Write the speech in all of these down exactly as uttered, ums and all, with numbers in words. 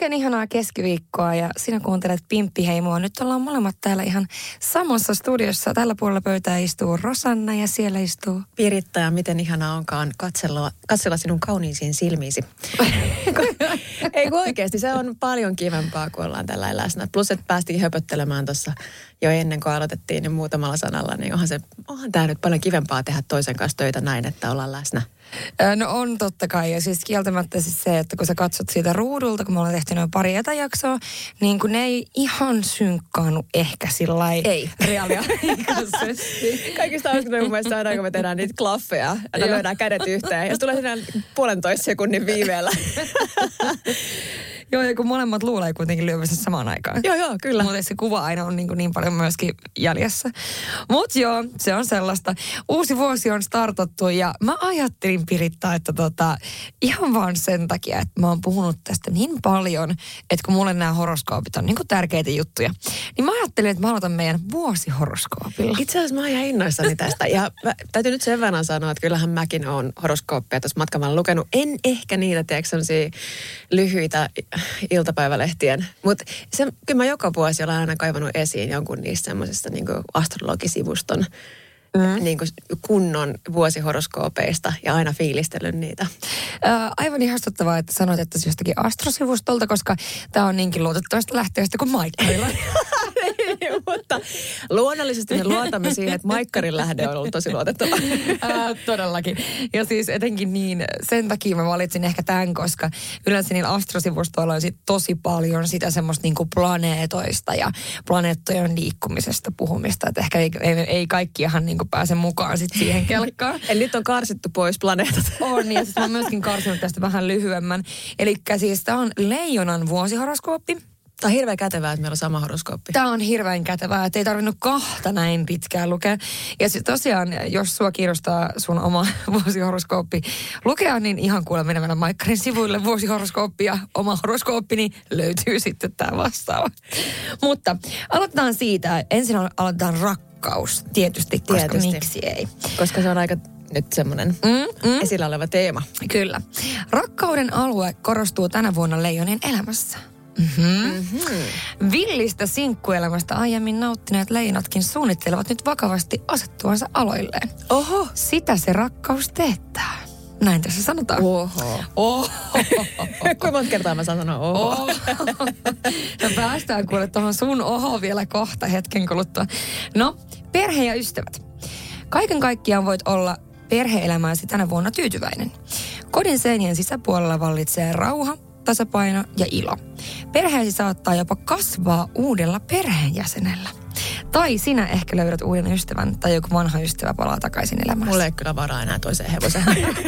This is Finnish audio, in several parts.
Oikein ihanaa keskiviikkoa ja sinä kuuntelet Pimppiheimoa. Nyt ollaan molemmat täällä ihan samassa studiossa. Tällä puolella pöytää istuu Rosanna ja siellä istuu Piritta, ja miten ihanaa onkaan katsella, katsella sinun kauniisiin silmiisi. Ei kun oikeasti, se on paljon kivempaa, kun ollaan tällä läsnä. Plus, että päästiin höpöttelemään tuossa jo ennen kuin aloitettiin niin muutamalla sanalla, niin onhan, se, onhan tämä nyt paljon kivempaa tehdä toisen kanssa töitä näin, että ollaan läsnä. No on totta kai, ja siis kieltämättä siis se, että kun sä katsot siitä ruudulta, kun me ollaan tehty noin pari etäjaksoa, niin kun ne ei ihan synkkaannut ehkä sillai ei reaaliaikaisesti. Kaikista hauskata mun mielestä aina, kun me tehdään niitä klaffeja, ja lyödään kädet yhteen, ja se tulee siinä puolentoista sekunnin viiveellä. Joo, ja kun molemmat luulee kuitenkin lyömässä samaan aikaan. Joo, joo, kyllä. Mutta se kuva aina on niin, kuin niin paljon myöskin jäljessä. Mutta joo, se on sellaista. Uusi vuosi on startattu ja mä ajattelin, Piritta, että tota, ihan vaan sen takia, että mä oon puhunut tästä niin paljon, että kun mulle nämä horoskoopit on niin kuin tärkeitä juttuja, niin mä ajattelin, että mä aloitan meidän vuosihoroskoopilla. Itse asiassa mä oon ihan innoissani tästä. Ja mä, täytyy nyt sen verran sanoa, että kyllähän mäkin oon horoskooppeja tuossa matkamalla lukenut. En ehkä niitä, tiedätkö, sellaisia lyhyitä iltapäivälehtien. Mutta kyllä mä joka vuosi olen aina kaivannut esiin jonkun niistä semmoisista niin astrologisivuston mm. niin kunnon vuosihoroskoopeista ja aina fiilistellyt niitä. Ää, aivan ihastuttavaa, että sanoit, että se jostakin astrosivustolta, koska tämä on niinkin luotettavasta lähteestä kuin Maikkarilla. Mutta luonnollisesti me luotamme siihen, että Maikkarin lähde on ollut tosi luotettava. Ää, todellakin. Ja siis etenkin niin, sen takia mä valitsin ehkä tämän, koska yleensä niillä astrosivustoilla on sit tosi paljon sitä semmoista niinku planeetoista ja planeettojen liikkumisesta puhumista. Että ehkä ei, ei, ei kaikki ihan niinku pääse mukaan sit siihen kelkkaan. Eli nyt on karsittu pois planeetat. On, ja siis mä oon myöskin karsinut tästä vähän lyhyemmän. Eli siis tää on Leijonan vuosihoroskooppi. Tämä on hirveän kätevää, että meillä on sama horoskooppi. Tämä on hirveän kätevää, että ei tarvinnut kahta näin pitkään lukea. Ja siis tosiaan, jos sua kiinnostaa sun oma vuosihoroskooppi lukea, niin ihan kuule mennä mennä Maikkarin sivuille vuosihoroskooppi ja oma horoskooppi, niin löytyy sitten tämä vastaava. Mutta aloitetaan siitä. Ensin aloitetaan rakkaus, tietysti, koska tietysti. Miksi ei? Koska se on aika nyt semmoinen mm, mm. esillä oleva teema. Kyllä. Rakkauden alue korostuu tänä vuonna leijonien elämässä. Mm-hmm. Mm-hmm. Villistä sinkkuelämästä aiemmin nauttineet leijonatkin suunnittelevat nyt vakavasti asettuansa aloilleen. Oho. Sitä se rakkaus teettää. Näin tässä sanotaan. Oho. Oho. Kuinka monta kertaa mä saan sanoa oho? Oho. No päästään kuule tuohon sun oho vielä kohta hetken kuluttua. No, perhe ja ystävät. Kaiken kaikkiaan voit olla perhe-elämääsi tänä vuonna tyytyväinen. Kodin seinien sisäpuolella vallitsee rauha, tasapaino ja ilo. Perheesi saattaa jopa kasvaa uudella perheenjäsenellä. Tai sinä ehkä löydät uuden ystävän tai joku vanha ystävä palaa takaisin elämääsi. Mulla ei kyllä varaa enää toiseen hevoseen.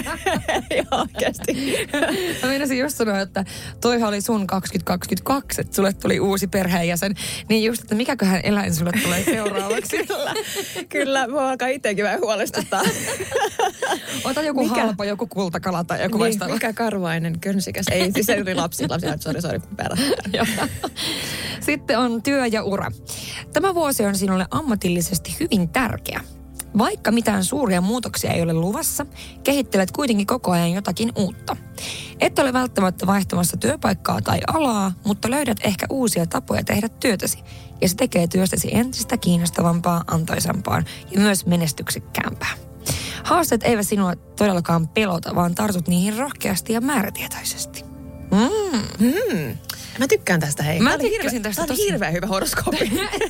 Joo, oikeasti. Mä meinasin just sanoa, että toihan oli sun kaksituhattakaksikymmentäkaksi, että sulle tuli uusi perheenjäsen. Niin just, että mikäköhän eläin sulle tulee seuraavaksi. Kyllä, kyllä. Mua alkaa itsekin vähän huolestuttaa. Ota joku mikä? halpa, joku kultakala tai joku niin, vastaava. Mikä karvainen, könsikäs. Ei, siis se oli lapsi. Lapsi, sori, sori, perä. Sitten on työ ja ura. Tämä vuosi on sinulle ammatillisesti hyvin tärkeä. Vaikka mitään suuria muutoksia ei ole luvassa, kehittelet kuitenkin koko ajan jotakin uutta. Et ole välttämättä vaihtamassa työpaikkaa tai alaa, mutta löydät ehkä uusia tapoja tehdä työtäsi. Ja se tekee työstäsi entistä kiinnostavampaa, antoisampaa ja myös menestyksekkäämpää. Haasteet eivät sinua todellakaan pelota, vaan tartut niihin rohkeasti ja määrätietoisesti. Mm. Mm. Mä tykkään tästä, hei. Mä tykkäsin tästä tosi. Tämä on hirveän hyvä horoskooppi.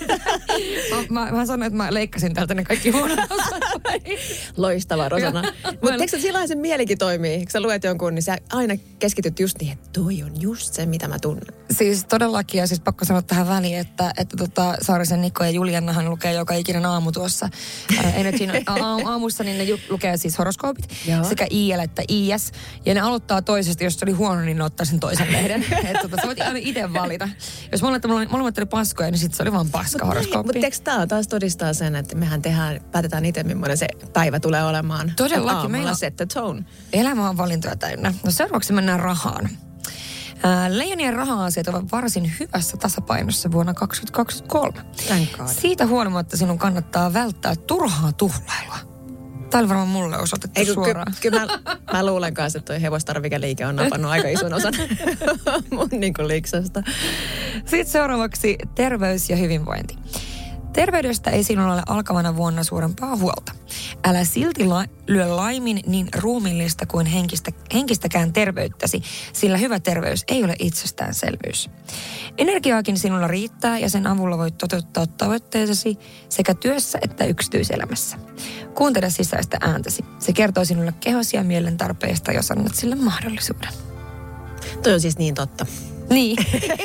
mä, mä sanoin, että mä leikkasin täältä ne kaikki huonot. Loistava, Rosanna. Mutta teekö sillä se mielikin toimii? Kun sä luet jonkun, niin sä aina keskityt just niin, että toi on just se, mitä mä tunnen. Siis todellakin, ja siis pakko sanoa tähän väliin, että, että tota, Saarisen Nikko ja Juliannahan lukee joka ikinen aamu tuossa äh, Energyn aamussa, niin ne ju- lukee siis horoskoopit, Joo. sekä I L että I S. Ja ne aloittaa toisesta, jos se oli huono, niin ne ottaa sen toisen lehden. Että tota, sä voit aina itse valita. Jos molemmat oli paskoja, niin sitten se oli vaan paska horoskooppi. Mutta eikö tämä taas todistaa sen, että mehän tehdään, päätetään itse, millainen se päivä tulee olemaan. Todellakin. Meillä on set the tone. Elämä on valintoja täynnä. No seuraavaksi mennään rahaan. Leijonien raha-asiat ovat varsin hyvässä tasapainossa vuonna kaksituhattakaksikymmentäkolme. Siitä huolimatta sinun kannattaa välttää turhaa tuhlailua. Tämä oli varmaan mulle osoitettu Ei, suoraan. Ky- kyllä mä, mä luulen kanssa, että toi hevostarvikeliike on napannut aika ison osan mun niin kuin liksasta. Sitten seuraavaksi terveys ja hyvinvointi. Terveydestä ei sinulla ole alkavana vuonna suurempaa huolta. Älä silti la- lyö laimin niin ruumiillista kuin henkistä, henkistäkään terveyttäsi, sillä hyvä terveys ei ole itsestäänselvyys. Energiaakin sinulla riittää ja sen avulla voit toteuttaa tavoitteesi sekä työssä että yksityiselämässä. Kuuntele sisäistä ääntäsi. Se kertoo sinulle kehosi ja mielen tarpeista, jos annat sille mahdollisuuden. Toi on siis niin totta. Niin.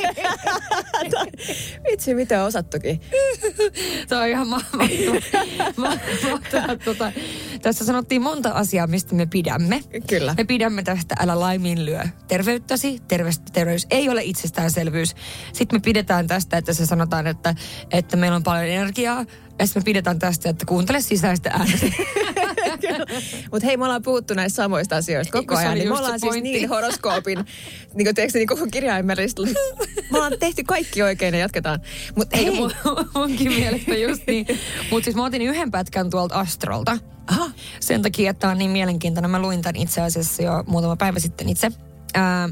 Vitsi, miten on osattukin. Se on ihan mahtavaa. Ma- tota, tässä sanottiin monta asiaa, mistä me pidämme. Kyllä. Me pidämme tästä älä laiminlyö terveyttäsi. Terveys, terveys ei ole itsestäänselvyys. Sitten me pidetään tästä, että se sanotaan, että, että meillä on paljon energiaa. Ja sitten me pidetään tästä, että kuuntele sisäistä ääntä. Mutta hei, me ollaan puhuttu näistä samoista asioista koko ajan. Niin me ollaan siis niin horoskoopin, niin kuin teeksi, niin koko kirjaimellista. Me ollaan tehty kaikki oikein ja jatketaan. Mutta hei. Mun, munkin mielestä just niin. Mutta siis mä otin yhden pätkän tuolta Astrolta. Aha. Sen takia, että tämä on niin mielenkiintoinen. Mä luin tämän itse asiassa jo muutama päivä sitten itse. Ää,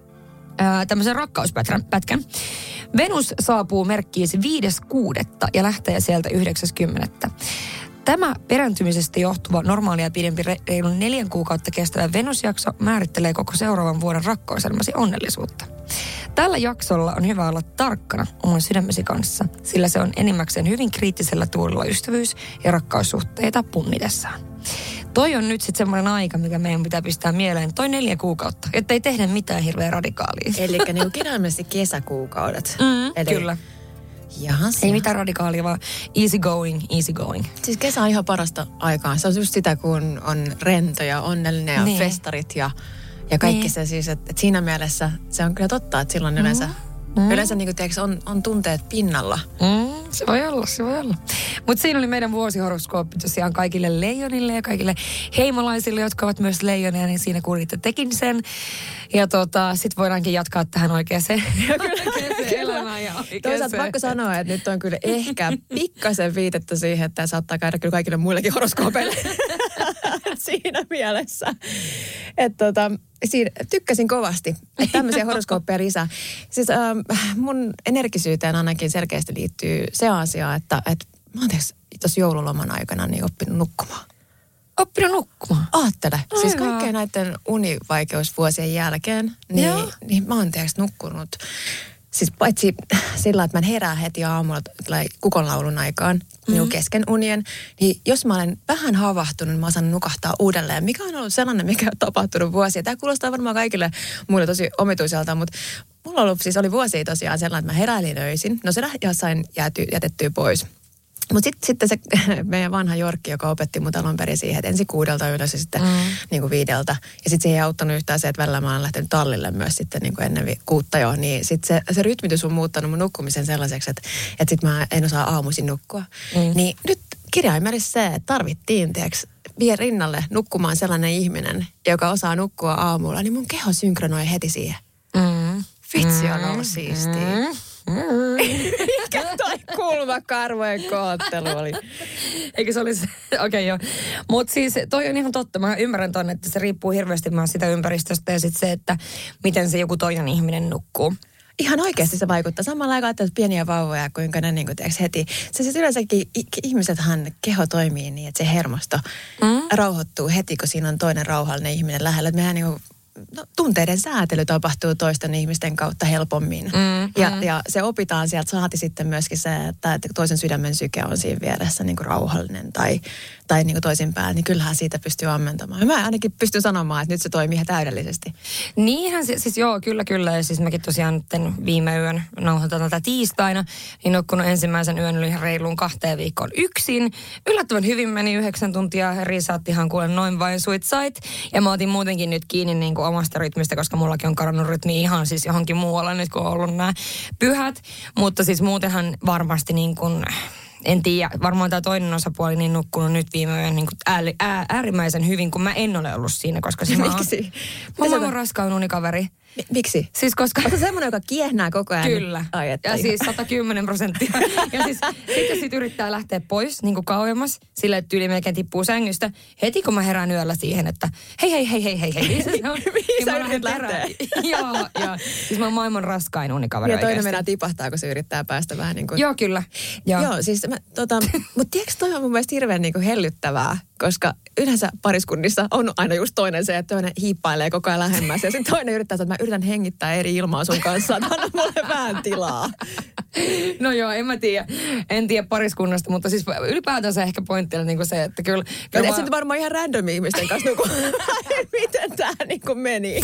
ää, tämmöisen rakkauspätkän. Pätkän. Venus saapuu merkkiisi viides kuudetta ja lähtee sieltä yhdeksäs kymmenettä. Tämä perääntymisestä johtuva normaalia pidempi reilun neljän kuukautta kestävä Venusjakso määrittelee koko seuraavan vuoden rakkauselämäsi onnellisuutta. Tällä jaksolla on hyvä olla tarkkana oman sydämesi kanssa, sillä se on enimmäkseen hyvin kriittisellä tuulella ystävyys- ja rakkaussuhteita punnitessaan. Toi on nyt sitten semmoinen aika, mikä meidän pitää pistää mieleen, toi neljä kuukautta, jotta ei tehdä mitään hirveän radikaalia. Eli niin kirjaimellisesti kesäkuukaudet. Mm, Eli... Kyllä. Jahas. Ei mitään radikaalia, vaan easy going, easy going. Siis kesä on ihan parasta aikaa. Se on just sitä, kun on rento ja onnellinen ja niin. festarit ja, ja kaikki niin. se siis, että et siinä mielessä se on kyllä totta, että silloin yleensä, mm. yleensä niin kuin tiedätkö, on, on tunteet pinnalla. Mm, se voi olla, se voi olla. Mutta siinä oli meidän vuosihoroskooppi tosiaan kaikille leijonille ja kaikille heimolaisille, jotka ovat myös leijonia, niin siinä kuulitte tekin sen. Ja tota, sit voidaankin jatkaa tähän oikeaan elämään ja oikeaan. Toisaalta pakko sanoa, että nyt on kyllä ehkä pikkasen viitettä siihen, että tämä saattaa käydä kyllä kaikille muillekin horoskoopeille siinä mielessä. Että tota, siinä tykkäsin kovasti, että tämmöisiä horoskooppeja lisää. Siis ähm, mun energisyyteen ainakin selkeästi liittyy se asia, että et, mä oon tuossa joululoman aikana niin oppinut nukkumaan. Oppinut nukkumaan? Aattele. Aivan. Siis kaikkeen näiden univaikeusvuosien jälkeen, niin, niin mä oon tiedätkö nukkunut. Siis paitsi sillä, että mä herään heti aamulla kukonlaulun aikaan mm. niin kesken unien, niin jos mä olen vähän havahtunut, niin mä osaan nukahtaa uudelleen. Mikä on ollut sellainen, mikä on tapahtunut vuosia. Tämä kuulostaa varmaan kaikille muille tosi omituiselta, mutta mulla ollut, siis oli vuosia tosiaan sellainen, että mä heräilin öisin. No se sain jääty, jätettyä pois. Mutta sitten sit se meidän vanha Jorkki, joka opetti mut alun perin siihen, että ensin kuudelta ylös ja sitten mm. niin kuin viideltä. Ja sitten siihen ei auttanut yhtään se, että välillä mä oon lähtenyt tallille myös sitten niin kuin ennen vi- kuutta jo. Niin sitten se, se rytmitys on muuttanut mun nukkumisen sellaiseksi, että, että sitten mä en osaa aamuisin nukkua. Mm. Niin nyt kirjaimellisesti se, että tarvittiin, tiedätkö, vie rinnalle nukkumaan sellainen ihminen, joka osaa nukkua aamulla, niin mun keho synkronoi heti siihen. Mm. Vitsi on ollut siistiä. Mm. Mm. Mikä toi kulmakarvojen koottelu oli? Eikö se olisi? Okei okay, joo. Mutta siis toi on ihan totta. Mä ymmärrän ton, että se riippuu hirveästi myös sitä ympäristöstä ja sitten se, että miten se joku toinen ihminen nukkuu. Ihan oikeasti se vaikuttaa. Samalla aikaa ajattelet pieniä vauvoja, kuinka ne niin kuin, tiedätkö, heti. Se siis yleensäkin ihmisethän keho toimii niin, että se hermosto mm. rauhoittuu heti, kun siinä on toinen rauhallinen ihminen lähellä. Että mehän niin kuin, no, tunteiden säätely tapahtuu toisten ihmisten kautta helpommin. Mm, ja, mm. ja se opitaan sieltä, saati sitten myöskin se, että, että toisen sydämen syke on siinä vieressä niin kuin rauhallinen tai, tai niin kuin toisinpäin, niin kyllähän siitä pystyy ammentamaan. Ja mä ainakin pystyn sanomaan, että nyt se toimii ihan täydellisesti. Niinhän, siis joo, kyllä, kyllä. Ja siis mäkin tosiaan viime yön nauhoitan tätä tiistaina, niin nukkunut ensimmäisen yön yli reiluun kahteen viikkoon yksin. Yllättävän hyvin meni yhdeksän tuntia, risaattihan kuulen noin vain suit sait. Ja mä otin muutenkin nyt kiinni niin kuin omasta rytmistä, koska mullakin on karannut rytmi ihan siis johonkin muualle nyt, kun on ollut nämä pyhät. Mutta siis muutenhan varmasti niin kuin, en tiedä, varmaan tämä toinen osapuoli niin nukkunut nyt viime yön niin kuin ää, ää, äärimmäisen hyvin, kun mä en ole ollut siinä, koska siis Miksi? Mä oon, mä oon raskaun unikaveri. M- miksi? Siis koska... Oletko semmoinen, joka kiehnää koko ajan? Kyllä. Ai, että ja ihan. siis sata kymmenen prosenttia. Ja siis sitten sit yrittää lähteä pois niin kuin kauemmas, silleen, että tyyli melkein tippuu sängystä. Heti kun mä herään yöllä siihen, että hei, hei, hei, hei, hei, hei. Missä se on? Mihin sä yrität lähteä? Joo, joo. Siis mä oon maailman raskain unikaveri Ja toinen oikeasti. mennään tipahtaa, kun se yrittää päästä vähän niin kuin... Joo, kyllä. Joo, Joo siis mä, tota, mutta tiedätkö, toi on mun mielestä hirveän niin kuin hellyttävää, koska yleensä pariskunnissa on aina just toinen se, että toinen hiippailee koko ajan lähemmäs ja sitten toinen yrittää, että mä yritän hengittää eri ilmaa sun kanssa, että anna mulle vähän tilaa. No joo, en mä tiedä. En tiedä pariskunnasta, mutta siis ylipäätänsä ehkä pointti on niin se, että kyllä... kyllä Et mä... sitten varmaan ihan random ihmisten kanssa, nuku, miten tää niin kuin meni.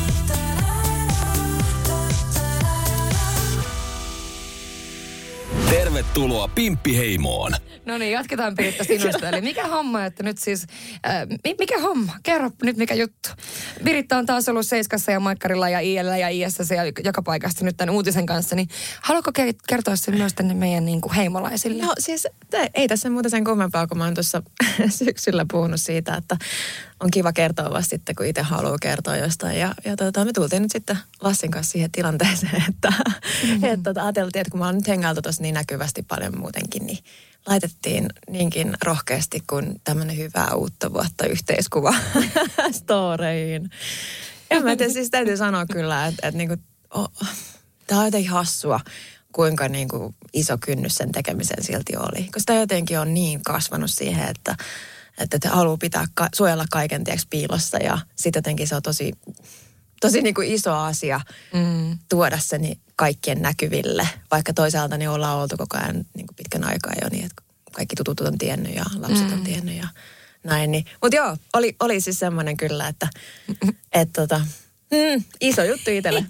Tervetuloa Pimppiheimoon. No niin, jatketaan Piritta sinusta. Eli mikä homma, että nyt siis, äh, mikä homma? Kerro nyt mikä juttu. Piritta on taas ollut Seiskassa ja Maikkarilla ja I L:llä ja I S:ssä ja joka paikasta nyt tämän uutisen kanssa. Niin haluatko kertoa sen myös tänne meidän niin kuin heimolaisille? No siis te, ei tässä muuta sen kummempaa, kun mä oon tuossa syksyllä puhunut siitä, että on kiva kertoa vasta sitten, kun itse haluaa kertoa jostain. Ja, ja tota, me tultiin nyt sitten Lassin kanssa siihen tilanteeseen, että mm-hmm. et, tota, ajateltiin, että kun mä oon nyt hengailtu tuossa niin näkyvästi paljon muutenkin, niin laitettiin niinkin rohkeasti kuin tämmöinen hyvää uutta vuotta yhteiskuva storeihin. Ja mä tiedän, siis täytyy sanoa kyllä, että, että niinku, oh, tää on jotenkin hassua, kuinka niinku iso kynnys sen tekemisen silti oli. Koska tämä jotenkin on niin kasvanut siihen, että että te haluaa pitää, suojella kaiken tieks piilossa ja sitten jotenkin se on tosi, tosi niin kuin iso asia mm. tuoda se niin kaikkien näkyville. Vaikka toisaalta niin ollaan oltu koko ajan niin kuin pitkän aikaa jo niin, että kaikki tutut on tiennyt ja lapset mm. on tiennyt ja näin. Niin. Mutta joo, oli, oli siis semmoinen kyllä, että et tota, mm, iso juttu itselle.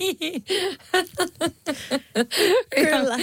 Kyllä.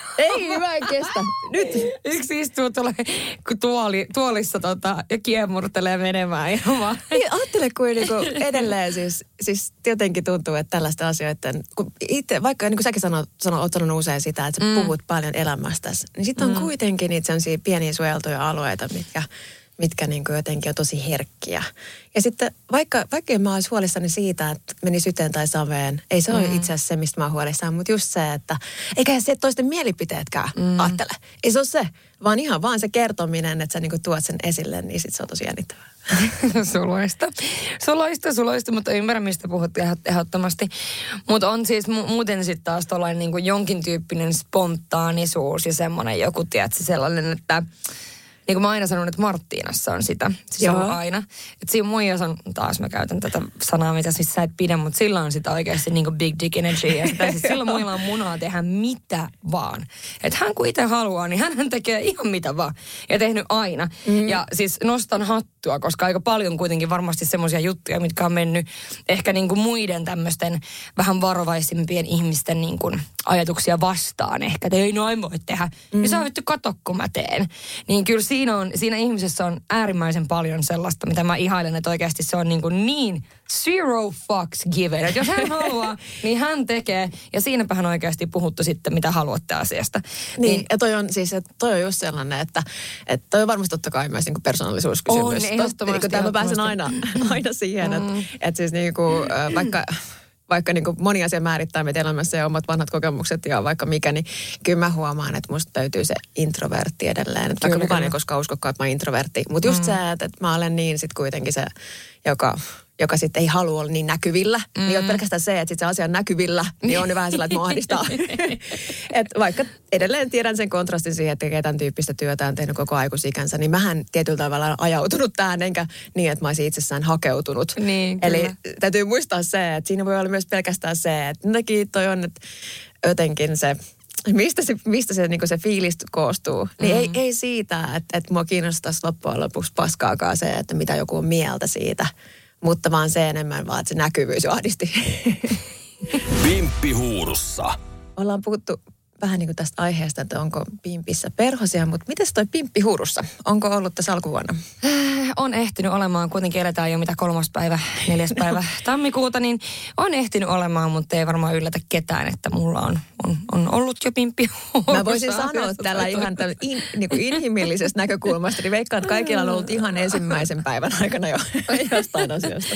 Ei, mä en kestä. Nyt. Yksi istuu tuolla tuoli, tuolissa tota, ja kiemurtelee menemään ihan vaan. Niin, ajattele, kuin niinku edelleen siis, siis jotenkin tuntuu, että tällaista asioiden, kun itse, vaikka niin kuin säkin sanot, sanot, oot sanonut usein sitä, että sä mm. puhut paljon elämästäsi, niin sitten on mm. kuitenkin niitä sellaisia pieniä suojeltuja alueita, mitkä, mitkä niin kuin jotenkin on tosi herkkiä. Ja sitten vaikka, vaikka mä olisi huolissani siitä, että meni syteen tai saveen, ei se mm. ole itse asiassa se, mistä mä oon huolissaan, mutta just se, että eikä se toisten mielipiteetkään mm. ajattele. Ei se ole se, vaan ihan vaan se kertominen, että sä niin kuin tuot sen esille, niin sit se on tosi jännittävää. Suloista. Suloista, suloista, mutta ymmärrän, mistä puhut ehdottomasti. Mutta on siis mu- muuten sitten taas tollainen niin kuin jonkin tyyppinen spontaanisuus ja semmoinen joku, tiedätkö, sellainen, että niin kuin mä aina sanon, että Marttiinassa on sitä. Siis Joo. on aina. Että siinä muijas on, taas mä käytän tätä sanaa, mitä siis sä et pidä, mutta sillä on sitä oikeasti niin kuin big dick energy. Ja sitä siis silloin muilla on munaa tehdä mitä vaan. Että hän kun itse haluaa, niin hän tekee ihan mitä vaan. Ja tehnyt aina. Mm. Ja siis nostan hattua, koska aika paljon kuitenkin varmasti semmoisia juttuja, mitkä on mennyt ehkä niin kuin muiden tämmöisten vähän varovaisimpien ihmisten niin kuin ajatuksia vastaan. Ehkä, että ei noin voi tehdä. Mm. Ja sä vittu kato, kun mä teen. Niin kyllä Siinä, on, siinä ihmisessä on äärimmäisen paljon sellaista, mitä mä ihailen, että oikeasti se on niin, kuin niin zero fucks given. Että jos hän haluaa, niin hän tekee. Ja siinäpä hän oikeasti puhuttu sitten, mitä haluatte asiasta. Niin, niin ja toi on siis, että toi on just sellainen, että, että toi on varmasti totta kai myös niin kuin persoonallisuuskysymys. On, ehdottomasti. Kun mä pääsen aina, aina siihen, mm. että, että siis niin kuin, vaikka... Vaikka niin kuin moni asia määrittää meitä elämässä ja omat vanhat kokemukset ja vaikka mikä, niin kyllä mä huomaan, että musta löytyy se introvertti edelleen. Että vaikka kukaan ei koskaan uskokaan, että mä oon introvertti. Mutta just mm. se, että, että mä olen niin sit kuitenkin se, joka, joka sitten ei halua olla niin näkyvillä. Mm. Niin on pelkästään se, että sit se asia on näkyvillä, niin on vähän sellainen, että mä ahdistaa. Että vaikka edelleen tiedän sen kontrastin siihen, että tekee tämän tyyppistä työtä on tehnyt koko aikuisikänsä, niin mähän tietyllä tavalla ajautunut tähän, enkä niin, että mä olisin itsessään hakeutunut. Niin, Eli täytyy muistaa se, että siinä voi olla myös pelkästään se, että jotenkin toi on, että jotenkin se... Mistä se, mistä se, niin se fiilis koostuu? Niin mm. ei, ei siitä, että, että mua kiinnostaisi loppujen lopuksi paskaakaan se, että mitä joku on mieltä siitä. Mutta vaan se enemmän vaan, että se näkyvyys jo ahdisti. Pimppihuurussa. Ollaan puhuttu vähän niin kuin tästä aiheesta, että onko pimpissä perhosia, mutta miten toi pimppihuurussa? Onko ollut tässä alkuvuonna? On ehtinyt olemaan, kuitenkin eletään jo mitä kolmas päivä, neljäs päivä tammikuuta, niin on ehtinyt olemaan, mutta ei varmaan yllätä ketään, että mulla on, on, on ollut jo pimppihuurussa. Mä voisin sanoa tällä ihan in, niin kuin inhimillisestä näkökulmasta, niin veikkaan, että kaikilla on ollut ihan ensimmäisen päivän aikana jo jostain asiasta.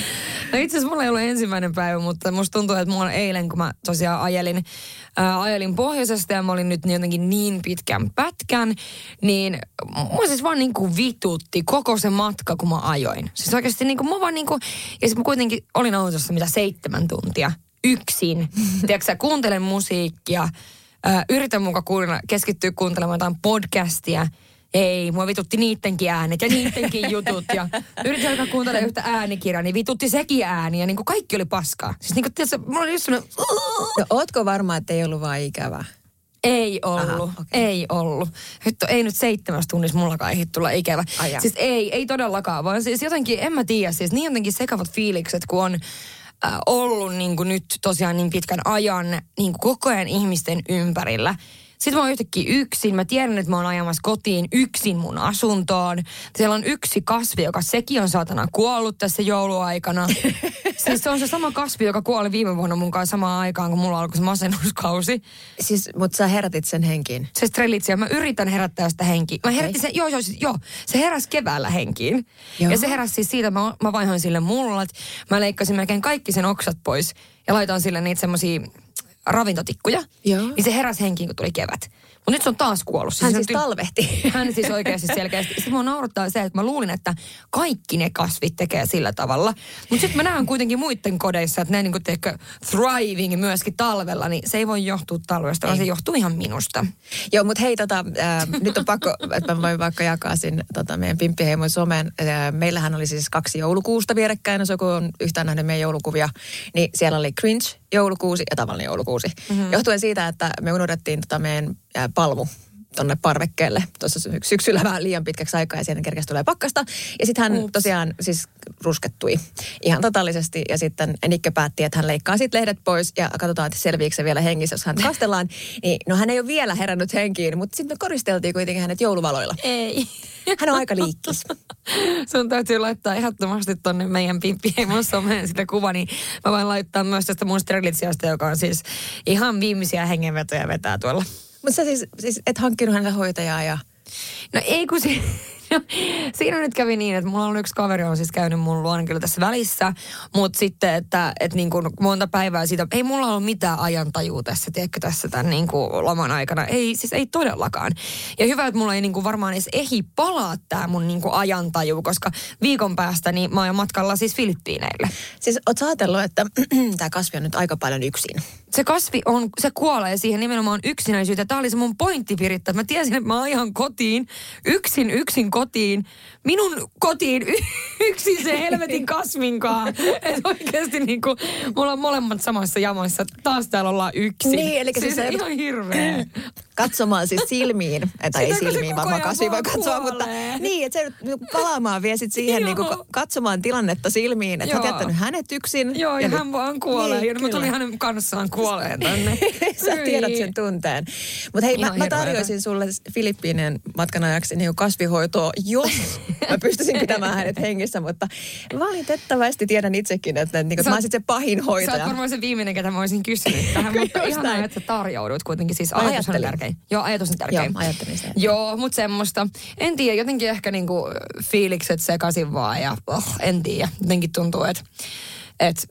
No itse asiassa mulla ei ollut ensimmäinen päivä, mutta musta tuntuu, että mulla eilen, kun mä tosiaan ajelin, ää, ajelin pohjoisesta ja mä olin nyt jotenkin niin pitkän pätkän, niin mua siis vaan niin kuin vitutti koko se matka, kun mä ajoin. Siis oikeasti niin kuin mä vaan niin kuin, ja sitten mä kuitenkin olin autossa mitä seitsemän tuntia yksin. Tiedätkö sä, kuuntelen musiikkia, ää, yritän mukaan kuunnella, keskittyä kuuntelemaan jotain podcastia. Ei, mua vitutti niittenkin äänet ja niittenkin jutut ja yritin alkaa kuuntelemaan yhtä äänikirjaa, niin vitutti sekin ääni ja niin kuin kaikki oli paskaa. Siis niin kuin, tiedätkö, mulla oli just sellainen... No, ootko varma, että ei ollut vaan ikävää? Ei ollut, Aha, okay. ei ollut. Hytto, ei nyt seitsemässä tunnissa mullakaan ehdi tulla ikävä. Ai siis ei, ei todellakaan, vaan siis jotenkin, en mä tiedä, siis niin jotenkin sekavat fiilikset, kun on äh, ollut niin kuin nyt tosiaan niin pitkän ajan niin kuin koko ajan ihmisten ympärillä. Sitten mä oon yhtäkkiä yksin. Mä tiedän, että mä oon ajamassa kotiin yksin mun asuntoon. Siellä on yksi kasvi, joka sekin on saatana kuollut tässä jouluaikana. Siis se on se sama kasvi, joka kuoli viime vuonna mun kanssa samaan aikaan, kun mulla alkoi se masennuskausi. Siis, mutta sä herätit sen henkiin? Se strelitsi ja mä yritän herättää sitä henkiin. Mä herätin okay. sen, joo, joo, joo, se heräsi keväällä henkiin. Joo. Ja se heräsi siis siitä, mä, mä vaihoin sille mullat. Mä leikkasin melkein kaikki sen oksat pois ja laitan sille niitä semmosia ravintotikkuja, Joo. niin se heräsi henkiin, kun tuli kevät. Mutta nyt se on taas kuollut. Hän siis, siis talvehti. Hän siis oikeasti selkeästi. Sitten mua naurattaa se, että mä luulin, että kaikki ne kasvit tekee sillä tavalla. Mutta sitten mä näen kuitenkin muiden kodeissa, että ne niinku tekee thriving myöskin talvella, niin se ei voi johtua talvesta, vaan se johtuu ihan minusta. Joo, mutta hei, tota, äh, nyt on pakko, että mä voin vaikka jakaa sinne tota, meidän Pimppiheimon someen. Äh, meillähän oli siis kaksi joulukuusta vierekkäin, jos joku on yhtään nähnyt meidän joulukuvia, niin siellä oli cringe joulukuusi ja tavallinen joulukuusi. Mm-hmm. Johtuen siitä, että me unohdettiin tota meidän ää, palmu tonne parvekkeelle tuossa syksyllä vähän liian pitkäksi aikaa ja siinä kerkeästi tulee pakkasta. Ja sitten hän Ups. tosiaan siis ruskettui ihan totaalisesti ja sitten Nikke päätti, että hän leikkaa sitten lehdet pois ja katsotaan, että selviikö se vielä hengissä, jos hän kastellaan. Niin, no hän ei ole vielä herännyt henkiin, mutta sitten me koristeltiin kuitenkin hänet jouluvaloilla. Ei. Hän on aika liikkis. Sun täytyy laittaa ehdottomasti tonne meidän Pimppiheimon someen sitä kuva, niin mä voin laittaa myös tästä mun strelitsiasta, joka on siis ihan viimeisiä hengenvetoja vetää tuolla. Mutta sä siis, siis et hankkinut hänelle hoitajaa ja... No ei kun si- no, siinä nyt kävi niin, että mulla on yksi kaveri on siis käynyt mun luona kyllä tässä välissä, mutta sitten, että, että niin kuin monta päivää siitä, ei mulla ole mitään ajantajua tässä, tiedätkö, tässä tämän niin kuin loman aikana. Ei, siis ei todellakaan. Ja hyvä, että mulla ei niin kuin varmaan edes ehdi palaa tää mun niin kuin ajantaju, koska viikon päästä niin mä oon matkalla siis Filippiineille. Siis oot sä ajatellut, että tää kasvi on nyt aika paljon yksin? Se kasvi on, se kuolee siihen nimenomaan yksinäisyyteen. Tämä oli se mun pointti, Piritta, että mä tiesin, että mä ajan kotiin, yksin, yksin kotiin, minun kotiin y- yksin se helvetin kasvinkaan. Että oikeasti niin kuin, mulla on molemmat samassa jamassa, taas täällä ollaan yksin. Niin, eli siis se ihan hirveä. Katsomaan siis silmiin, että ei silmiin, vaan kasvi voi katsoa, mutta niin, että se palaamaan vie sit siihen niin kuin katsomaan tilannetta silmiin, että olet jättänyt hänet yksin. Joo, ja, ja hän vaan kuolee, niin, ja mä tulin hänen kanssaan kuoleen tänne. Sä tiedät sen tunteen. Mutta hei, mä, mä tarjoisin sulle Filippiinien matkan ajaksi niin kasvihoitoa, jos mä pystyisin pitämään hänet hengissä, mutta valitettavasti tiedän itsekin, että niin, mä olisin se pahin hoitaja. Sä oot varmaan se viimeinen, ketä mä olisin kysynyt tähän, mutta ihanaa, että sä tarjoudut kuitenkin. Siis ajatus on tärkein. Joo, ajatus on tärkein. Joo, ajattelin sen. Joo, mutta semmoista. En tiedä, jotenkin ehkä niinku fiilikset sekaisin vaan ja oh, en tiedä. Jotenkin tuntuu, että et,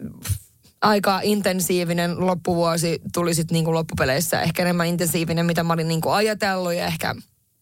aika intensiivinen loppuvuosi tuli sitten niinku loppupeleissä. Ehkä enemmän intensiivinen, mitä mä olin niinku ajatellut ja ehkä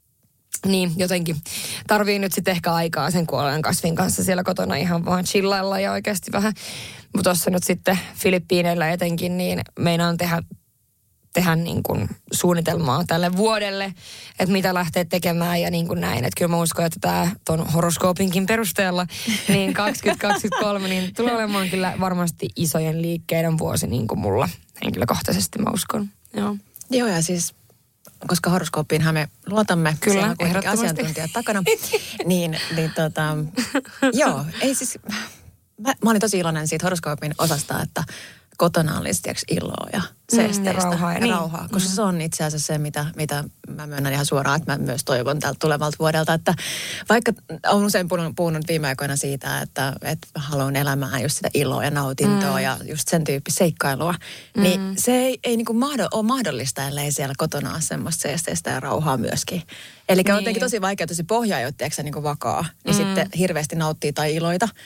niin jotenkin tarvii nyt sitten ehkä aikaa sen kuolleen kasvin kanssa siellä kotona ihan vaan chillailla ja oikeasti vähän. Mutta tuossa nyt sitten Filippiineillä etenkin, niin meinaan tehdä tehdä niin kuin suunnitelmaa tälle vuodelle, että mitä lähtee tekemään ja niin kuin näin. Että kyllä mä uskon, että tämä ton horoskoopinkin perusteella, niin kaksituhattakaksikymmentäkolme niin tulee olemaan kyllä varmasti isojen liikkeiden vuosi niin kuin mulla henkilökohtaisesti, mä uskon. Joo, Joo ja siis, koska horoskooppiinhan me luotamme, kyllä, siellä on kuitenkin asiantuntijat takana, niin, niin tota, joo, ei siis, mä, mä olin tosi iloinen siitä horoskoopin osasta, että kotona olisi tiiäks iloa ja seesteistä mm, ja rauhaa. Ja niin. rauhaa koska mm. se on itse asiassa se, mitä, mitä mä myönnän ihan suoraan, että mä myös toivon tältä tulevalta vuodelta. Että vaikka olen usein puhunut, puhunut viime aikoina siitä, että, että haluan elämään just sitä iloa ja nautintoa mm. ja just sen tyyppistä seikkailua, mm. niin se ei, ei niin kuin mahdo, ole mahdollista, ellei siellä kotona ole semmoista seesteistä ja rauhaa myöskin. Eli niin. on jotenkin tosi vaikea, tosi pohja ei ole tiiäksä, niin kuin vakaa, niin mm. sitten hirveästi nauttii tai iloita.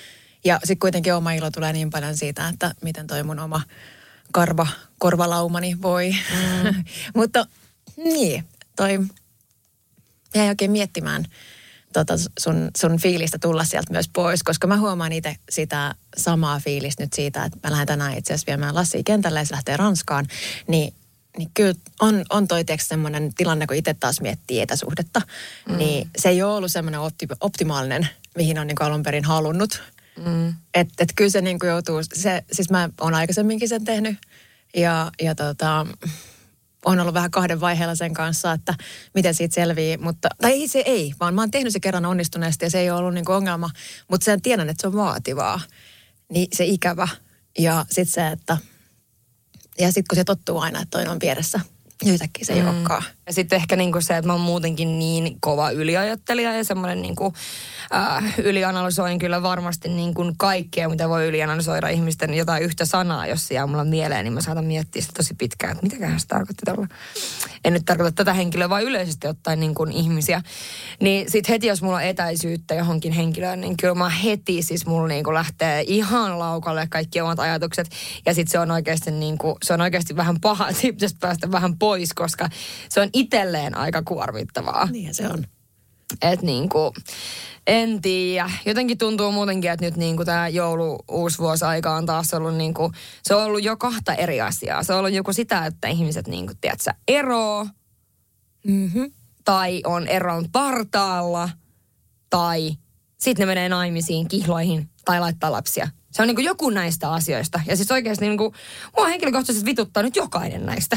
Ja sitten kuitenkin oma ilo tulee niin paljon siitä, että miten toi mun oma karva, korvalaumani voi. Mm. Mutta niin, toi jäi oikein miettimään tota sun, sun fiilistä tulla sieltä myös pois, koska mä huomaan itse sitä samaa fiilistä nyt siitä, että mä lähden tänään itse asiassa viemään Lassia kentälle ja se lähtee Ranskaan, niin, niin kyllä on, on toi tiiäks semmoinen tilanne, kun itse taas miettii etäsuhdetta, mm. niin se ei ole ollut semmoinen opti, optimaalinen, mihin on niin kuin alun perin halunnut. Mm. Että et kyllä se niin kuin joutuu, se, siis mä oon aikaisemminkin sen tehnyt ja, ja tota... on ollut vähän kahden vaiheella sen kanssa, että miten siitä selvii, mutta, tai ei se ei, vaan mä oon tehnyt se kerran onnistuneesti ja se ei ole ollut niinku ongelma, mutta sen tiedän, että se on vaativaa, niin se ikävä ja sitten se, että, ja sitten kun se tottuu aina, että toinen on vieressä, yhtäkkiä se ei mm. olekaan. Ja sitten ehkä niinku se, että mä oon muutenkin niin kova yliajattelija ja semmoinen niinku, äh, ylianalysoin kyllä varmasti niinku kaikkea, mitä voi ylianalysoida ihmisten jotain yhtä sanaa, jos se jää mulla mieleen, niin mä saatan miettiä sitä tosi pitkään, että mitäköhän se tarkoitti tällä. En nyt tarkoita tätä henkilöä, vaan yleisesti ottaen niinku ihmisiä. Niin sit heti, jos mulla on etäisyyttä johonkin henkilöön, niin kyllä mä heti siis mulla niinku lähtee ihan laukalle kaikki omat ajatukset. Ja sit se on oikeasti niinku, se on oikeasti vähän paha, että pitäisi päästä vähän pois, koska se on itselleen aika kuormittavaa. Niin se on. Että niinku, en tiedä. Jotenkin tuntuu muutenkin, että nyt niinku tämä joulu uusvuosaika on taas ollut niinku, se on ollut jo kahta eri asiaa. Se on ollut joku sitä, että ihmiset niinku, tiedätkö, eroo. Mm-hmm. Tai on eron partaalla. Tai sitten ne menee naimisiin, kihloihin tai laittaa lapsia. Se on niinku joku näistä asioista. Ja siis oikeasti niinku, mua henkilökohtaisesti vituttaa nyt jokainen näistä.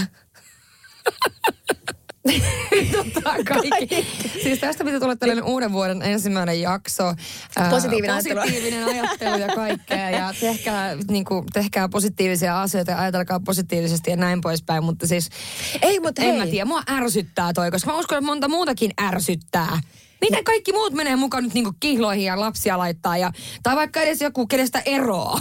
Vituttaa kaikki. kaikki. Siis tästä pitää tulla tällainen uuden vuoden ensimmäinen jakso. Positiivinen ää, ajattelu. Positiivinen ajattelu ja kaikkea. Ja tehkää, niinku, tehkää positiivisia asioita ja ajatelkaa positiivisesti ja näin poispäin. Mutta siis ei, mutta en hei. mä tiedä. Mua ärsyttää toi, koska mä uskon, että monta muutakin ärsyttää. Miten kaikki muut menee mukaan nyt niinku kihloihin ja lapsia laittaa? Ja, tai vaikka edes joku, kenestä eroaa.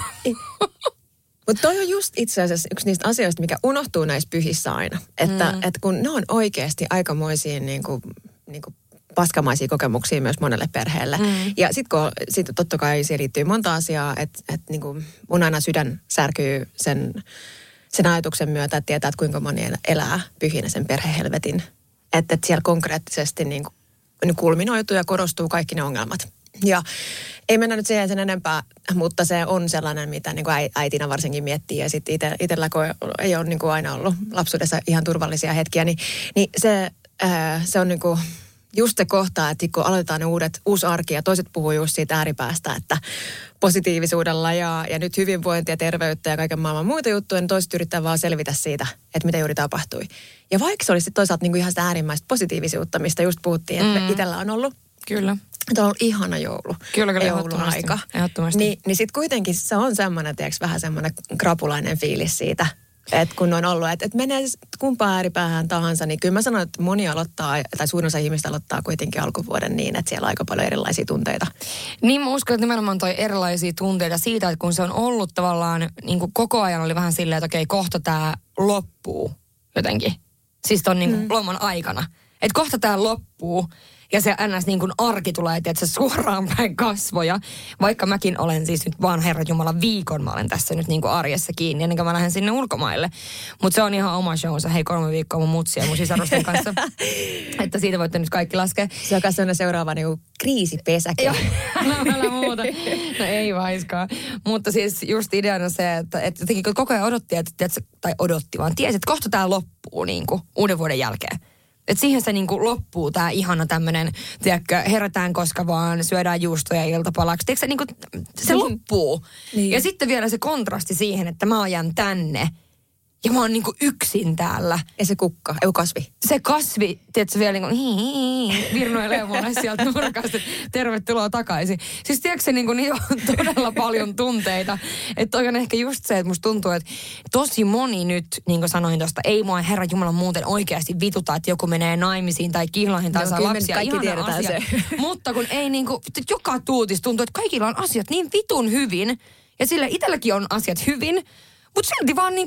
Mutta toi on just itse asiassa yksi niistä asioista, mikä unohtuu näissä pyhissä aina. Että mm. et kun ne on oikeasti aikamoisia niinku, niinku paskamaisia kokemuksia myös monelle perheelle. Mm. Ja sitten kun sit totta kai siihen liittyy monta asiaa, että et niinku mun aina sydän särkyy sen, sen ajatuksen myötä, että tietää, että kuinka moni elää pyhinä sen perhehelvetin. Että et siellä konkreettisesti niinku kulminoituu ja korostuu kaikki ne ongelmat. Ja ei mennä nyt siihen sen enempää, mutta se on sellainen, mitä niin kuin äitinä varsinkin miettii. Ja sitten ite, itsellä, kun ei ole niin kuin aina ollut lapsuudessa ihan turvallisia hetkiä, niin, niin se, ää, se on niin kuin just se kohta, että kun aloitetaan ne uudet, uusi arki ja toiset puhuu just siitä ääripäästä, että positiivisuudella ja, ja nyt hyvinvointia ja terveyttä ja kaiken maailman muita juttuja, niin toiset yrittää vaan selvitä siitä, että mitä juuri tapahtui. Ja vaikka se olisi toisaalta niin kuin ihan sitä äärimmäistä positiivisuutta, mistä just puhuttiin, että mm. itsellä on ollut. Kyllä. Että on ollut ihana joulu. Kyllä, kyllä, joulun aika. Ehdottomasti. Ni, niin sitten kuitenkin se on semmoinen, tiedätkö, vähän semmoinen krapulainen fiilis siitä, että kun on ollut, että, että menee kumpaan ääripäähän tahansa, niin kyllä mä sanon, että moni aloittaa, tai suurin osa ihmistä aloittaa kuitenkin alkuvuoden niin, että siellä on aika paljon erilaisia tunteita. Niin mä uskon, että nimenomaan toi erilaisia tunteita siitä, että kun se on ollut tavallaan, niin kuin koko ajan oli vähän silleen, että okei, kohta tää loppuu jotenkin. Siis ton niin kuin mm. loman aikana. Että kohta tää loppuu. Ja se ns. Niin kuin arki tulee, että se suoraan päin kasvoja. Vaikka mäkin olen siis nyt vaan Herra Jumala viikon, mä olen tässä nyt niin kuin arjessa kiinni, ennen kuin mä lähden sinne ulkomaille. Mutta se on ihan oma shownsa. Hei, kolme viikkoa mun mutsi ja mun sisarusten kanssa. Että siitä voitte nyt kaikki laskea. Se on myös sellainen seuraava niin kuin kriisipesäke. Joo, älä muuta. No ei vaiskaan. Mutta siis just ideana se, että, että jotenkin koko ajan odotti, että, tai odotti vaan, tiesi, että kohta tää loppuu niin kuin uuden vuoden jälkeen. Että siihen se niinku loppuu tää ihana tämmönen, tiedätkö, herätään koska vaan, syödään juustoja iltapalaksi. Tiedätkö se niinku, se mm. loppuu. Niin. Ja sitten vielä se kontrasti siihen, että mä ajan tänne ja mä oon niinku yksin täällä. Ja se kukka, ei kasvi. Se kasvi, tiedätkö, vielä niinku hii, virnoilee mulle sieltä nurkasta, tervetuloa takaisin. Siis tiedätkö se niinku, niin on todella paljon tunteita. Että toi on ehkä just se, että musta tuntuu, että tosi moni nyt, niin kuin sanoin tuosta, ei mua Herra Jumala muuten oikeasti vituta, että joku menee naimisiin tai kihlahin tai no, saa lapsia. Ihana asia. Se. Mutta kun ei niinku, joka tuutis tuntuu, että kaikilla on asiat niin vitun hyvin. Ja sille itselläkin on asiat hyvin, mutta silti vaan niinku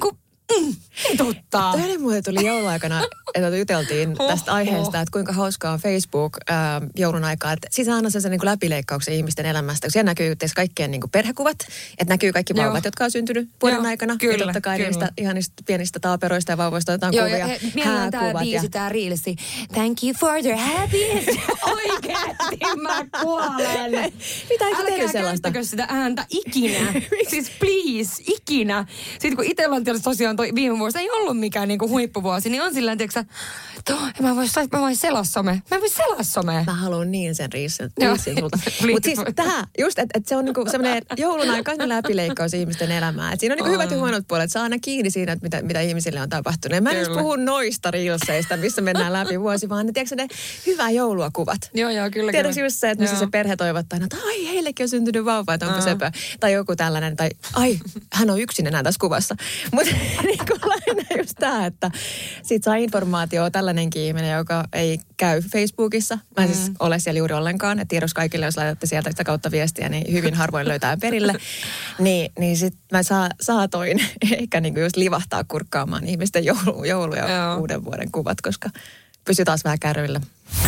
Mm, totta. Toinen muuten tuli jouluaikana, että juteltiin tästä aiheesta, että kuinka hauskaa on Facebook ää, joulun aikaa. Että siis aina se niin kuin läpileikkauksen ihmisten elämästä, kun siellä näkyy tietysti kaikkien niin kuin perhekuvat, että näkyy kaikki vauvat, Joo. jotka on syntynyt vuoden Joo, aikana. Kyllä, ja totta kai kyllä. niistä ihanista pienistä taaperoista ja vauvoista otetaan Joo, kuvia. Joo, meillä on tämä biisi, ja... tämä reelsi. Thank you for their happiness. Oikeasti mä kuolen. Mitä eikö tehdä sellaista? Älkää sitä ääntä ikinä. Siis please, ikinä. Sitten kun itsellä on tietysti tosiaan toi viime vuosi ei ollut mikään niinku huippuvuosi, niin on sillä tavalla, että mä voin, mä voin selaa some. Mä voin selaa some. Mä haluan niin sen riisin sulta. Mutta siis tämä, just, että et se on niinku semmoinen joulun aikainen läpileikkaus ihmisten elämää. Et siinä on niinku hyvät ja huonot puolet. Saa aina kiinni siinä, että mitä, mitä ihmisille on tapahtunut. Ja mä en edes puhu noista riilseistä, missä mennään läpi vuosi, vaan ne, tiedätkö, ne hyvää joulua kuvat. Joo, joo, kyllä. Tiedätkö just se, että missä joo. se perhe toivottaa aina, että ai, heillekin on syntynyt vauva, että onko sepä. Tai joku tällainen, tai ai, hän on yksin enää tässä kuvassa. Mutta niin kuin lähinnä just tämä, että sit saa informaatiota tällainenkin ihminen, joka ei käy Facebookissa. Mä en mm. siis ole siellä juuri ollenkaan. Että tiedos kaikille, jos laitatte sieltä sitä kautta viestiä, niin hyvin harvoin löytää perille. Niin, niin sit mä saa, saatoin ehkä niinku just livahtaa kurkkaamaan ihmisten joulu, joulu ja Joo. uuden vuoden kuvat, koska pysy taas vähän kärryillä.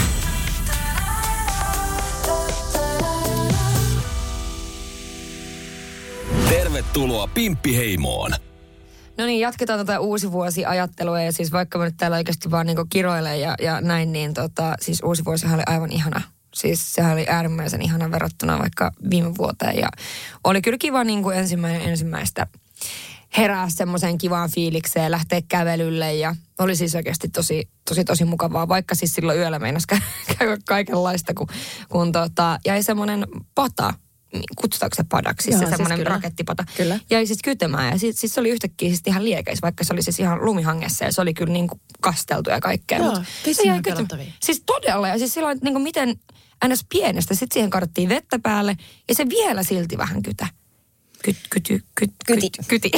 Tervetuloa Pimppiheimoon. No niin, jatketaan tätä uusi vuosi ajattelua ja siis vaikka mä nyt täällä oikeasti vaan niinku kiroilee ja, ja näin, niin tota, siis uusi vuosihan oli aivan ihana. Siis sehän oli äärimmäisen ihana verrattuna vaikka viime vuoteen ja oli kyllä kiva niinku ensimmäinen ensimmäistä herää semmoiseen kivaan fiilikseen, lähteä kävelylle ja oli siis oikeasti tosi, tosi, tosi mukavaa, vaikka siis silloin yöllä meinasi käydä kaikenlaista, kun, kun tota, jäi semmoinen pata. Kutsutaanko se padaksi, siis Joo, se semmoinen siis rakettipata. Kyllä. Jäi siis kytemään ja siis, siis se oli yhtäkkiä siis ihan liekeis, vaikka se oli siis ihan lumihangessa ja se oli kyllä niin kuin kasteltu ja kaikkea. Joo, se jäi kytemään. Siis todella ja siis silloin, että niin kuin miten ns. Pienestä, sitten siihen kaadettiin vettä päälle ja se vielä silti vähän kytä. Kyt, kyty, kyt, kyti. Kyti.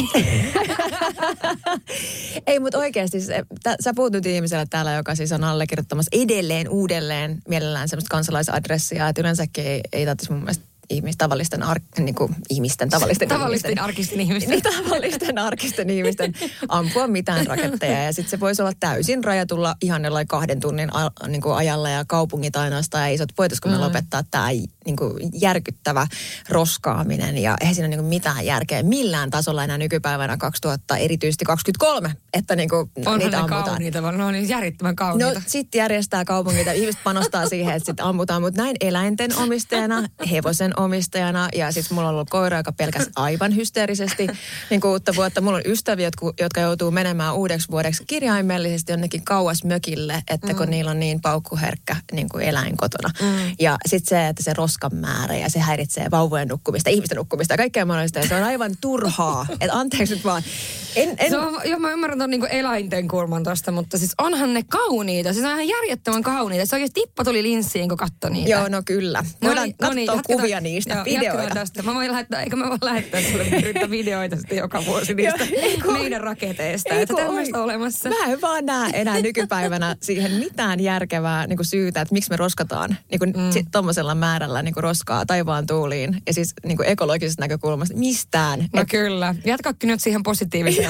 Ei, mutta oikeasti, tä, sä puhut nyt ihmiselle täällä, joka siis on allekirjoittamassa edelleen uudelleen mielellään semmoista kansalaisadressia, että yleensäkin ei, ei tarvitsisi mun mielestä ihmis, tavallisten, ar, niin kuin, ihmisten, tavallisten, tavallisten ihmisten, arkisten ihmisten. Niin, tavallisten arkisten ihmisten ampua mitään raketteja. Ja sitten se voisi olla täysin rajatulla ihan jollain kahden tunnin a, niin kuin ajalla ja kaupungit ainoastaan ja isot voitaisiko me mm. lopettaa tämä niin kuin järkyttävä roskaaminen. Ja eihän siinä ole niin kuin mitään järkeä millään tasolla enää nykypäivänä kaksituhatta, erityisesti kaksikymmentäkolme, että niin kuin Onhan niitä ne ammutaan. Kauniita, ne on niin järjettömän kauniita. No sitten järjestää kaupungit ja ihmiset panostaa siihen, että sitten ammutaan. Mutta näin eläinten omistajana, hevosen omistajana ja siis mulla on ollut koira, joka pelkäsi aivan hysteerisesti niin kuin uutta vuotta. Mulla on ystäviä, jotka joutuu menemään uudeksi vuodeksi kirjaimellisesti jonnekin kauas mökille, että kun mm. niillä on niin paukkuherkkä niin kuin eläin kotona. Mm. Ja sitten se, että se roskan määrä ja se häiritsee vauvojen nukkumista, ihmisten nukkumista ja kaikkea mahdollista. Ja se on aivan turhaa. Että anteeksi nyt vaan. En, en... Se on, joo, mä ymmärrän tuon niin eläinten kulman tosta, mutta siis onhan ne kauniita. Siis on ihan järjettömän kauniita. Se oikeasti tippa tuli linssiin, kun katsoi niitä. Joo, no kyllä. Voidaan no katsoa no niin, kuvia niistä, joo, videoita. Tästä. Mä voin lähettää, eikä mä voi lähettää sulle yhtä videoita sitten joka vuosi niistä meidän raketeista. Että tämmöistä olemassa. Mä en vaan näe enää nykypäivänä siihen mitään järkevää niin kuin syytä, että miksi me roskataan niin kuin mm. tuommoisella määrällä niin kuin roskaa taivaan tuuliin. Ja siis niin kuin ekologisesta näkökulmasta mistään. No et... kyllä. Jatkakin nyt siihen positiiviseen.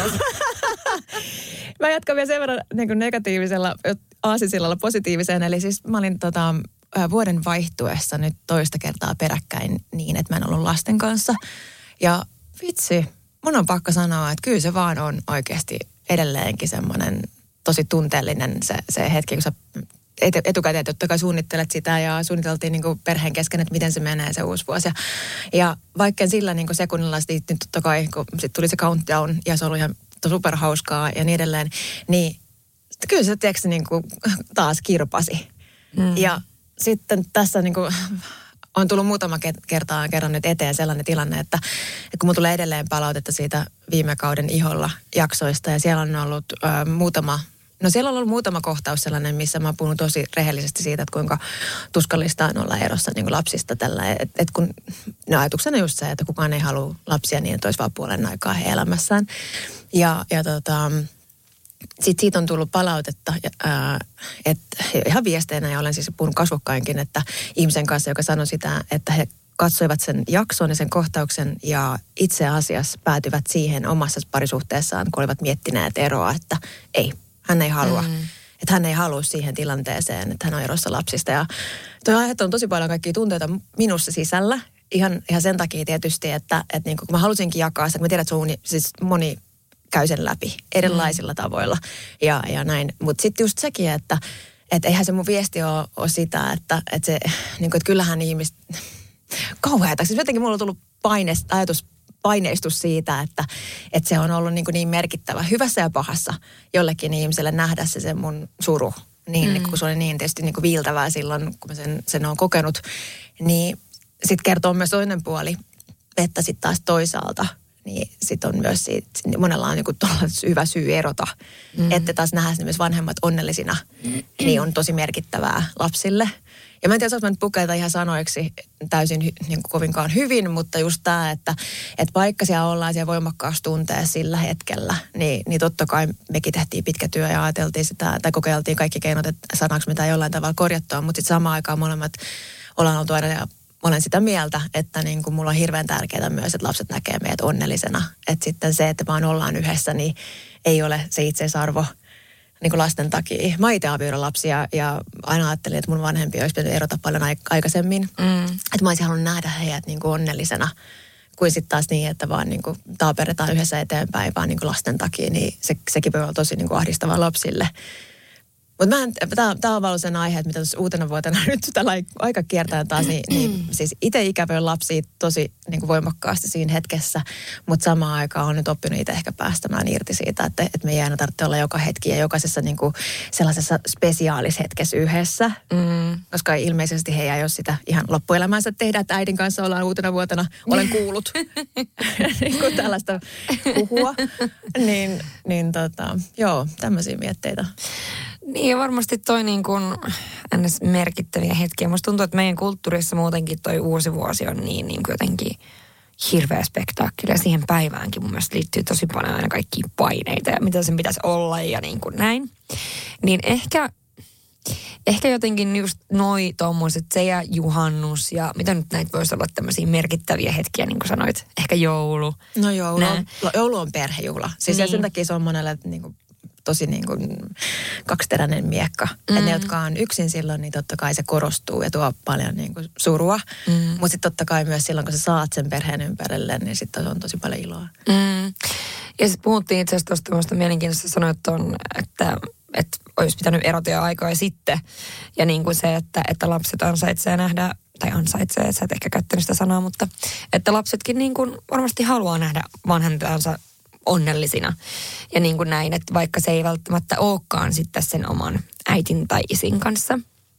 Mä jatkan vielä sen verran niin kuin negatiivisella, aasisillalla positiiviseen. Eli siis mä olin tota, vuoden vaihtuessa nyt toista kertaa peräkkäin niin, että mä en ollut lasten kanssa. Ja vitsi, mun on pakko sanoa, että kyllä se vaan on oikeasti edelleenkin semmoinen tosi tunteellinen se, se hetki, kun sä etukäteen totta kai suunnittelet sitä ja suunniteltiin niin kuin perheen kesken, että miten se menee se uusi vuosi. Ja, ja vaikka sillä niin kuin sekunnilla sitten totta kai, kun sitten tuli se countdown ja se oli ihan superhauskaa ja niin edelleen, niin kyllä se tiedätkö, niin kuin taas kirpasi. Mm. Ja sitten tässä niin kuin on tullut muutama kertaa kerran nyt eteen sellainen tilanne, että, että kun mun tulee edelleen palautetta siitä viime kauden iholla jaksoista ja siellä on ollut ö, muutama, no siellä on ollut muutama kohtaus sellainen, missä mä oon puhunut tosi rehellisesti siitä, että kuinka tuskallista on olla erossa niin kuin lapsista tällä. Että et kun, no ajatuksena just se, että kukaan ei halua lapsia niin, että olisi vaan puolen aikaa he elämässään. Ja, ja tota... Sitten siitä on tullut palautetta, että ihan viesteinä, ja olen siis puhunut kasvokkainkin, että ihmisen kanssa, joka sanoi sitä, että he katsoivat sen jakson ja sen kohtauksen ja itse asiassa päätyvät siihen omassa parisuhteessaan, kun olivat miettineet eroa, että ei, hän ei halua. Mm. Että hän ei halua siihen tilanteeseen, että hän on erossa lapsista. Ja toi aiheuttanut tosi paljon kaikkia tunteita minussa sisällä. Ihan, ihan sen takia tietysti, että, että niin kun mä halusinkin jakaa sitä, kun mä tiedän, että sun, siis moni käy sen läpi erilaisilla mm. tavoilla ja, ja näin. Mutta sitten just sekin, että et eihän se mun viesti ole, ole sitä, että, että, se, niin kun, että kyllähän ihmiset kauheata. Siis jotenkin mulla on tullut paines, ajatus paineistus siitä, että, että se on ollut niin, niin merkittävä hyvässä ja pahassa jollekin ihmiselle nähdä se, se mun suru. Niin, mm. niin kun se oli niin tietysti niin viiltävää silloin, kun mä sen, sen olen kokenut. Niin sitten kertoo myös toinen puoli, että sitten taas toisaalta, niin sitten on myös siitä, monella on niin hyvä syy erota. Mm. Että taas nähdä myös vanhemmat onnellisina, mm. niin on tosi merkittävää lapsille. Ja mä en tiedä, saanko mä nyt puketa ihan sanoiksi täysin niin kuin kovinkaan hyvin, mutta just tämä, että, että vaikka siellä ollaan siellä voimakkaassa tunteessa sillä hetkellä, niin, niin totta kai mekin tehtiin pitkä työ ja ajateltiin sitä, tai kokeiltiin kaikki keinot, että saadaanko mitä jollain tavalla korjattua, mutta sitten samaan aikaan molemmat ollaan oltu aina, ja olen sitä mieltä, että niin kuin mulla on hirveän tärkeää myös, että lapset näkee meidät onnellisena. Että sitten se, että vaan ollaan yhdessä, niin ei ole se itseisarvo niin kuin lasten takia. Mä itse avioidun lapsia ja aina ajattelin, että mun vanhempi olisi pitänyt erota paljon aikaisemmin. Mm. Että mä olisin halunnut nähdä heidät niin kuin onnellisena. Kuin sitten taas niin, että vaan niin kuin taaperetaan yhdessä eteenpäin vaan niin kuin lasten takia. Niin se, sekin voi olla tosi niin kuin ahdistavaa lapsille. Mutta tämä on vaan sen aihe, että mitä tuossa uutena vuotena nyt tällä aika kiertäen taas, niin, niin siis itse ikävöin lapsia tosi niin kuin voimakkaasti siinä hetkessä, mutta samaan aikaan on nyt oppinut itse ehkä päästämään irti siitä, että, että me ei aina tarvitse olla joka hetki ja jokaisessa niin kuin sellaisessa spesiaalishetkessä yhdessä, mm. koska ilmeisesti he ei ole sitä ihan loppuelämänsä tehdä, että äidin kanssa ollaan uutena vuotena, olen kuullut niin kuin tällaista puhua, niin, niin tota, joo, tämmöisiä mietteitä. Niin ja varmasti toi niin kuin ns. Merkittäviä hetkiä. Musta tuntuu, että meidän kulttuurissa muutenkin toi uusi vuosi on niin, niin kuin jotenkin hirveä spektaakkeli. Ja siihen päiväänkin mun mielestä liittyy tosi paljon aina kaikkia paineita ja mitä sen pitäisi olla ja niin kuin näin. Niin ehkä, ehkä jotenkin just noi tommoset, se ja juhannus ja mitä nyt näitä voisi olla tämmöisiä merkittäviä hetkiä, niin kuin sanoit. Ehkä joulu. No joulu, on, joulu on perhejuhla. Siis niin. Ja sen takia se on monelle niin kuin tosi niin kuin kaksiteräinen miekka. Mm. Että ne, jotka on yksin silloin, niin totta kai se korostuu ja tuo paljon niin kuin surua. Mm. Mutta sitten totta kai myös silloin, kun sä saat sen perheen ympärille, niin sitten on tosi paljon iloa. Mm. Ja sitten puhuttiin itse asiassa tuosta tämmöistä mielenkiintoista sanoa, että, on, että, että olisi pitänyt erota jo aikaa sitten. Ja niin kuin se, että, että lapset ansaitsee nähdä, tai ansaitsee, sä et ehkä käyttänyt sitä sanaa, mutta että lapsetkin niin kuin varmasti haluaa nähdä vanhempiansa onnellisina. Ja niin kuin näin, että vaikka se ei välttämättä olekaan sitten sen oman äitin tai isin kanssa.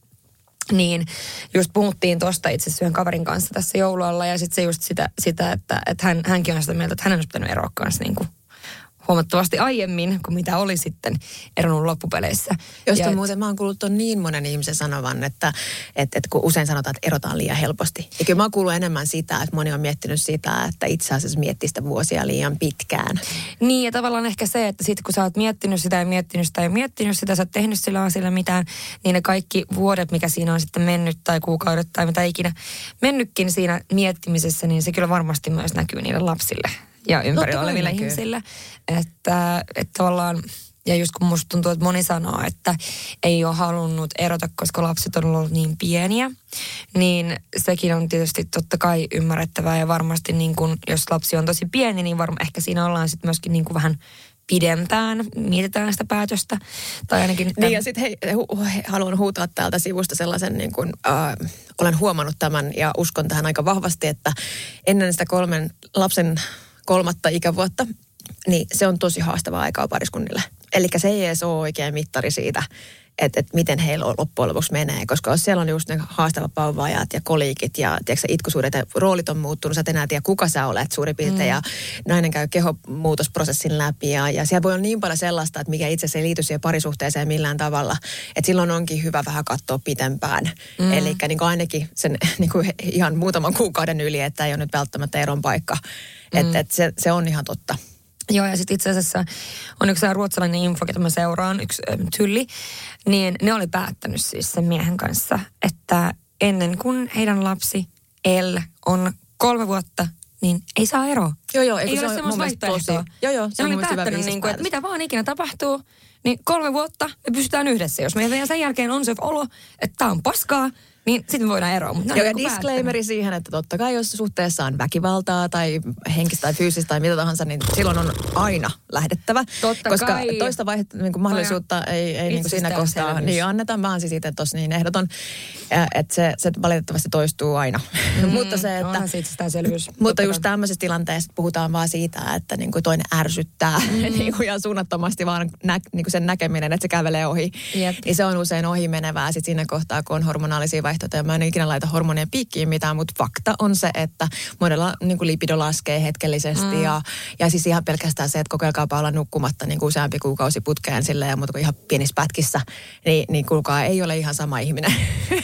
Niin just puhuttiin tuosta itse asiassa yhden kaverin kanssa tässä joulualla ja sitten se just sitä, sitä että, että hän, hänkin on sitä mieltä, että hänen olisi pitänyt eroa kanssa niin kuin huomattavasti aiemmin kuin mitä oli sitten eronnut loppupeleissä. Josta et, muuten mä oon kuullut on niin monen ihmisen sanovan, että, että, että kun usein sanotaan, että erotaan liian helposti. Ja kyllä mä oon kuullut enemmän sitä, että moni on miettinyt sitä, että itse asiassa miettii sitä vuosia liian pitkään. Niin ja tavallaan ehkä se, että sitten kun sä oot miettinyt sitä ja miettinyt sitä ja miettinyt sitä, sä oot tehnyt sillä asialla mitään, niin ne kaikki vuodet, mikä siinä on sitten mennyt tai kuukaudet tai mitä ikinä mennytkin siinä miettimisessä, niin se kyllä varmasti myös näkyy niille lapsille ja ympärillä olevilla ihmisillä. Että, että tavallaan, ja just kun musta tuntuu, että moni sanoo, että ei ole halunnut erota, koska lapset on ollut niin pieniä, niin sekin on tietysti totta kai ymmärrettävää ja varmasti niin kun, jos lapsi on tosi pieni, niin varmaan ehkä siinä ollaan sitten myöskin niin kuin vähän pidempään, mietitään sitä päätöstä. Tai ainakin niin ja sitten hei, hu, he, haluan huutaa täältä sivusta sellaisen, niin kuin, äh, olen huomannut tämän ja uskon tähän aika vahvasti, että ennen sitä kolmen lapsen kolmatta ikävuotta, niin se on tosi haastavaa aikaa pariskunnille. Eli se ei edes ole oikein mittari siitä, että, että miten heillä loppujen lopuksi menee. Koska jos siellä on just ne haastavat pauvaajat ja koliikit ja tiedätkö, itkusuudet ja roolit on muuttunut, sä et enää tiedä kuka sä olet suurin piirtein. Mm. Ja nainen käy kehomuutosprosessin läpi ja, ja siellä voi olla niin paljon sellaista, että mikä itse asiassa ei liity siihen parisuhteeseen millään tavalla. Että silloin onkin hyvä vähän katsoa pitempään. Mm. Eli niin kuin ainakin sen niin kuin ihan muutaman kuukauden yli, että ei ole nyt välttämättä eron paikka. Mm. Että et se, se on ihan totta. Joo, ja sitten itse asiassa on yksi ruotsalainen info, jota mä seuraan, yksi äh, tylli, niin ne oli päättänyt siis sen miehen kanssa, että ennen kuin heidän lapsi L on kolme vuotta, niin ei saa eroa. Joo, joo. Ei se ole on semmoista vaihtoehtoa. Joo, joo. Se oli päättänyt, niin kuin, että mitä vaan ikinä tapahtuu, niin kolme vuotta me pystytään yhdessä. Jos meidän sen jälkeen on se olo, että tää on paskaa, niin sitten me voidaan eroa. Mutta joo, ja disclaimeri siihen, että totta kai jos suhteessa on väkivaltaa tai henkistä tai fyysistä tai mitä tahansa, niin silloon on aina lähdettävä. Totta koska kai. toista vaihetta, niin kuin mahdollisuutta Aja. ei, ei niin kuin siinä kohtaa niin annetaan, vaan siis itse tossa niin ehdoton, että se, se valitettavasti toistuu aina. Mm, mutta se, että, onhan se itsestäänselvyys. Mutta just tämmöisessä tilanteessa puhutaan vaan siitä, että niin kuin toinen ärsyttää mm. niin kuin ihan suunnattomasti vaan nä, niin kuin sen näkeminen, että se kävelee ohi. Jep. Niin se on usein ohi menevää sitten siinä kohtaa, kun on hormonaalisia vaihtoehtoja. Mä en ikinä laita hormonien piikkiin mitään, mutta fakta on se, että monella niin kuin lipido laskee hetkellisesti. Mm. Ja, ja siis ihan pelkästään se, että kokeilkaapa olla nukkumatta niin kuin useampi kuukausi putkeen silleen ja muuta kuin ihan pienissä pätkissä. Niin, niin kuulkaa, ei ole ihan sama ihminen.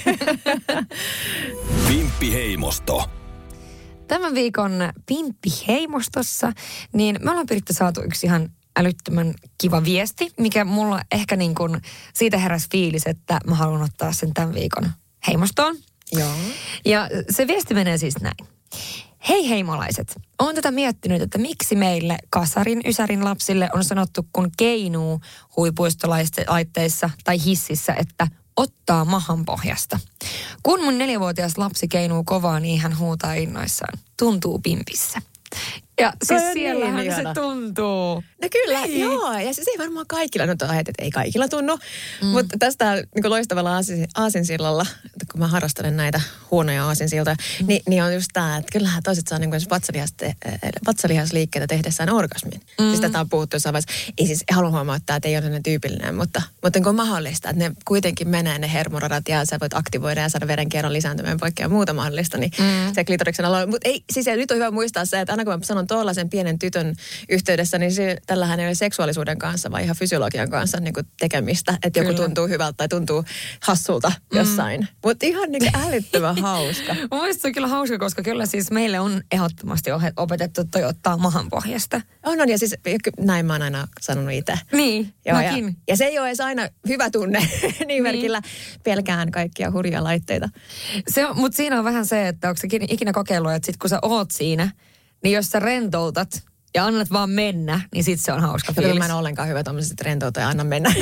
Pimppiheimosto. Tämän viikon Pimppiheimostossa, niin me ollaan pyritty saatu yksi ihan älyttömän kiva viesti, mikä mulla ehkä niin kuin siitä heräsi fiilis, että mä haluan ottaa sen tämän viikon heimostoon. Joo. Ja se viesti menee siis näin. Hei heimolaiset, oon tätä miettinyt, että miksi meille kasarin, ysärin lapsille on sanottu, kun keinuu huipuistolaitteissa tai hississä, että ottaa mahan pohjasta. Kun mun neljävuotias lapsi keinuu kovaa, niin hän huutaa innoissaan. Tuntuu pimpissä. Ja siis siellähän niin se tuntuu. No kyllä, niin. Joo. Ja siis ei varmaan kaikilla, no ajattelin, että ei kaikilla tunnu. Mm. Mutta tästä niin kuin loistavalla aasin, aasinsillalla, kun mä harrastelen näitä huonoja aasinsiltoja, mm. niin, niin on just tämä, että kyllähän toiset saa niin kuin vatsalihasliikkeitä tehdessään orgasmin. Mm. Siis tätä on puhuttu jossain vaiheessa. Ei siis, haluan huomauttaa, että ei ole ne tyypillinen, mutta, mutta niin kuin mahdollista, että ne kuitenkin menee ne hermoradat ja sä voit aktivoida ja saada verenkierron lisääntymään poikkeaa muuta mahdollista, niin mm. se klitoriksen aloilla. Mutta ei, siis nyt on hyvä muistaa se, että aina kun mä sanon tuollaisen pienen tytön yhteydessä, niin se, tällähän ei ole seksuaalisuuden kanssa, vaan ihan fysiologian kanssa niin kuin tekemistä. Että joku tuntuu hyvältä tai tuntuu hassulta jossain. Mm. Mutta ihan niin kuin älyttömän hauska. Mun mielestä se on kyllä hauska, koska kyllä siis meille on ehdottomasti opetettu toi ottaa mahan pohjasta. On, on. Ja siis näin mä oon aina sanonut itse. Niin, joo, mäkin. Ja, ja se ei ole edes aina hyvä tunne. niin merkillä pelkään kaikkia hurjia laitteita. Se on, mutta siinä on vähän se, että onko sä ikinä kokeillut, että sit kun sä oot siinä, niin jos sä rentoutat ja annat vaan mennä, niin sit se on hauska fiilis. Mä en ole ollenkaan hyvä tommoset rentouta ja anna mennä.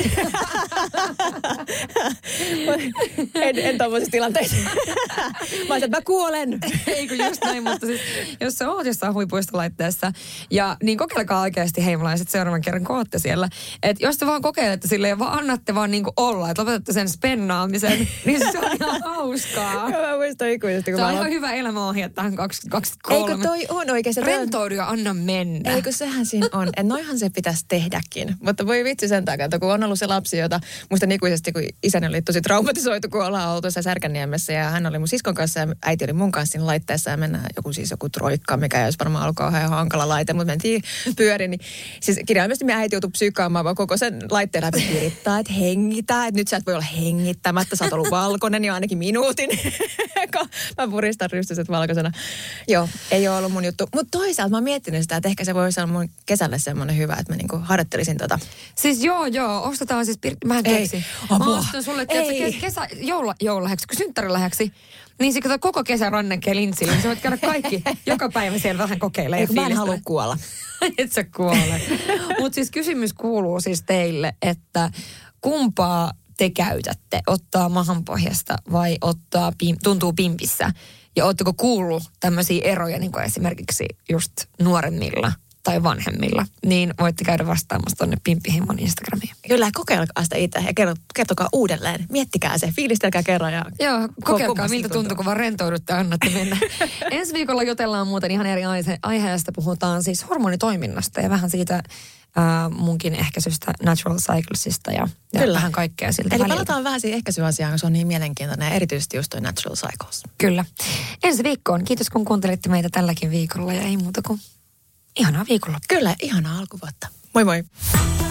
en, en tommosessa tilanteessa. Mä olisin, että mä kuolen. Ei kun just näin, mutta siis jos sä oot jossain huipuistolaitteessa, ja niin kokeilkaa oikeasti heimolaiset seuraavan kerran, kun ootte siellä. Että jos te vaan kokeilette silleen ja vaan annatte vaan niinku olla, että lopetatte sen spennaamisen, niin se on ihan hauskaa. Mä muistan ikuisesti. Se on ihan hyvä elämäohje tähän kaksituhattakaksikymmentäkolme. Eikö toi on oikein? Rentoudu ja anna mennä. Eikö sehän siinä on? Että noihan se pitäisi tehdäkin. Mutta voi vitsi sen takia, että kun on ollut se lapsi, jota muistan ikuisesti, kun isäni oli tosi traumatisoitu, kun ollaan oltu se Särkänniemessä ja hän oli mun siskon kanssa ja äiti oli mun kanssa siinä laitteessa ja mennään joku siis joku troikka, mikä ei olisi varmaan ollut kauhean hankala laite, mutta mentiin pyörin. Niin, siis kirjaimellisesti minä äiti joutui psyykkaamaan vaan koko sen laitteen läpi piirittää, että hengitä, että nyt sä et voi olla hengittämättä, sä oot ollut valkoinen jo ainakin minuutin. Mä puristan rystyset valkoisena. Joo, ei ole ollut mun juttu. Mutta toisaalta mä oon miettinyt sitä, että ehkä se voisi olla mun kesälle semmoinen hyvä, että mä niinku harjoittelisin tota. Siis joo, joo, ostetaan siis, pir- mä en keksi. Mä ostan sulle, että kesä, joula, joululahjaksi, kun synttärilahjaksi, niin se koko kesän rannekkeen linssille, niin sä voit käydä kaikki joka päivä siellä vähän kokeilemaan. Eikö mä en halua kuolla. Et sä kuole. Mutta siis kysymys kuuluu siis teille, että kumpaa te käytätte? Ottaa mahanpohjasta vai ottaa pim- tuntuu pimpissä? Ja ootteko kuullut tämmöisiä eroja, niin kuin esimerkiksi just nuoremmilla tai vanhemmilla, niin voitte käydä vastaamassa tuonne Pimppiheimon Instagramiin. Kyllä, kokeilkaa sitä itse ja kertokaa uudelleen. Miettikää se, fiilistelkää kerran. Ja joo, kokeilkaa miltä tuntuu, kun vaan rentoudutte ja annatte mennä. Ensi viikolla jutellaan muuten ihan eri aihe- aiheesta. Puhutaan siis hormonitoiminnasta ja vähän siitä äh, munkin ehkäisystä Natural Cyclesista ja, ja vähän kaikkea siltä Eli väliltä. palataan vähän siihen ehkäisyasiaan, kun se on niin mielenkiintoinen ja erityisesti just toi Natural Cycles. Kyllä. Ensi viikkoon. Kiitos kun kuuntelitte meitä tälläkin viikolla ja ei muuta kuin ihanaa viikonloppua. Kyllä, ihanaa alkuvuotta. Moi moi.